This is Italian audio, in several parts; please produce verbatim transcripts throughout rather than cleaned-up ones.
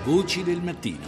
Voci del mattino.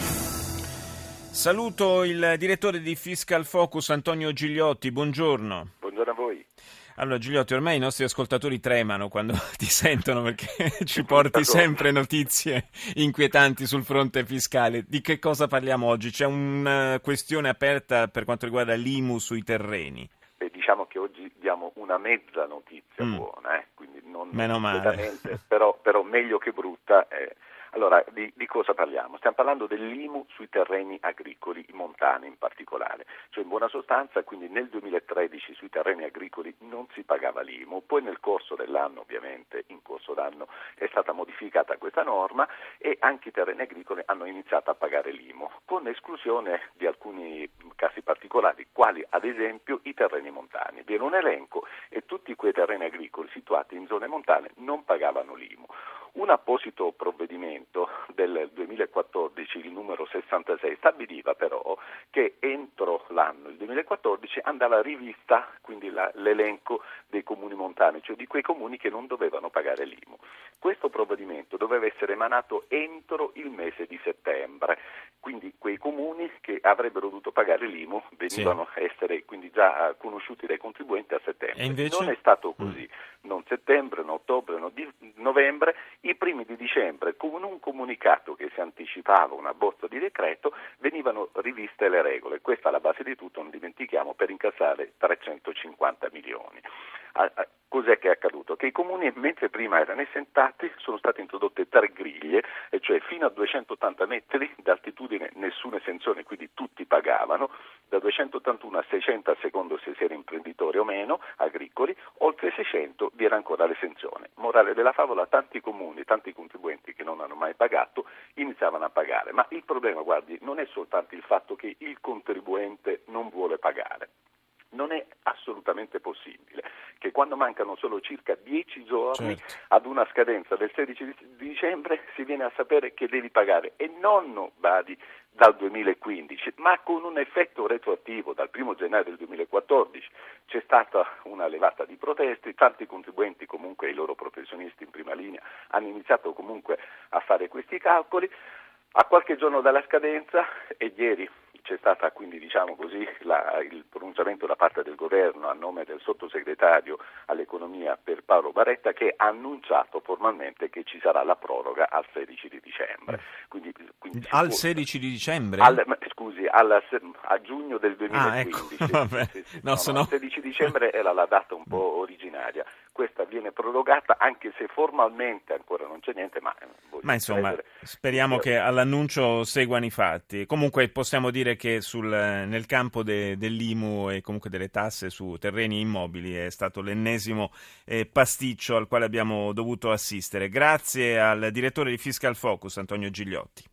Saluto il direttore di Fiscal Focus, Antonio Gigliotti, buongiorno. Buongiorno a voi. Allora Gigliotti, ormai i nostri ascoltatori tremano quando ti sentono perché ci porti sempre notizie inquietanti sul fronte fiscale. Di che cosa parliamo oggi? C'è una questione aperta per quanto riguarda l'I M U sui terreni. E diciamo che oggi diamo una mezza notizia Mm. buona, eh? Quindi non Meno male. completamente, però, però meglio che brutta. Eh. Allora, di, di cosa parliamo? Stiamo parlando dell'I M U sui terreni agricoli, montani in particolare. Cioè, in buona sostanza, quindi nel duemilatredici sui terreni agricoli non si pagava l'I M U, poi nel corso dell'anno, ovviamente, in corso d'anno, è stata modificata questa norma e anche i terreni agricoli hanno iniziato a pagare l'I M U, con esclusione di alcuni casi particolari, quali ad esempio i terreni montani. Viene un elenco e tutti quei terreni agricoli situati in zone montane non pagavano l'I M U. Un apposito provvedimento del duemilaquattordici, il numero sessantasei, stabiliva però che entro l'anno, il duemilaquattordici, andava rivista quindi la, l'elenco dei comuni montani, cioè di quei comuni che non dovevano pagare l'I M U. Questo provvedimento doveva essere emanato entro il mese di settembre, quindi quei comuni che avrebbero dovuto pagare l'I M U venivano a essere quindi già conosciuti dai contribuenti a settembre. E invece? Non è stato così, mm. non settembre, non ottobre, non di novembre, i primi di dicembre, con un comunicato che si anticipava una bozza di decreto, venivano riviste le regole. Questa è la base di tutto, non dimentichiamo, per incassare trecentocinquanta milioni. Ah, ah, cos'è che è accaduto? Che i comuni, mentre prima erano esentati, sono state introdotte tre griglie, e cioè fino a duecentottanta metri d'altitudine nessuna esenzione, quindi tutti pagavano, da duecentottantuno a seicento a secondo se si era imprenditori o meno, agricoli, oltre seicento vi era ancora l'esenzione. Morale della favola, tanti comuni, tanti contribuenti che non hanno mai pagato, iniziavano a pagare. Ma il problema, guardi, non è soltanto il fatto che il contribuente non vuole pagare. Non è assolutamente possibile che quando mancano solo circa dieci giorni Certo. ad una scadenza del sedici di dicembre si viene a sapere che devi pagare, e non, badi, dal duemilaquindici, ma con un effetto retroattivo dal primo gennaio del duemilaquattordici. C'è stata una levata di proteste, tanti contribuenti, comunque i loro professionisti in prima linea, hanno iniziato comunque a fare questi calcoli. A qualche giorno dalla scadenza, e ieri c'è stata quindi, diciamo così, la, il pronunciamento da parte del governo a nome del sottosegretario all'economia per Paolo Baretta, che ha annunciato formalmente che ci sarà la proroga al sedici di dicembre. Quindi, quindi Al può, sedici di dicembre? Al, scusi, al, a giugno del duemilaquindici. Ah, ecco, vabbè. Sì, sì, No, no, se no, no... il sedici dicembre era la data un po' originaria. Questa viene prorogata, anche se formalmente ancora non c'è niente, ma... Ma insomma, credere, speriamo che all'annuncio seguano i fatti. Comunque possiamo dire che sul, nel campo de, dell'I M U e comunque delle tasse su terreni e immobili è stato l'ennesimo eh, pasticcio al quale abbiamo dovuto assistere. Grazie al direttore di Fiscal Focus, Antonio Gigliotti.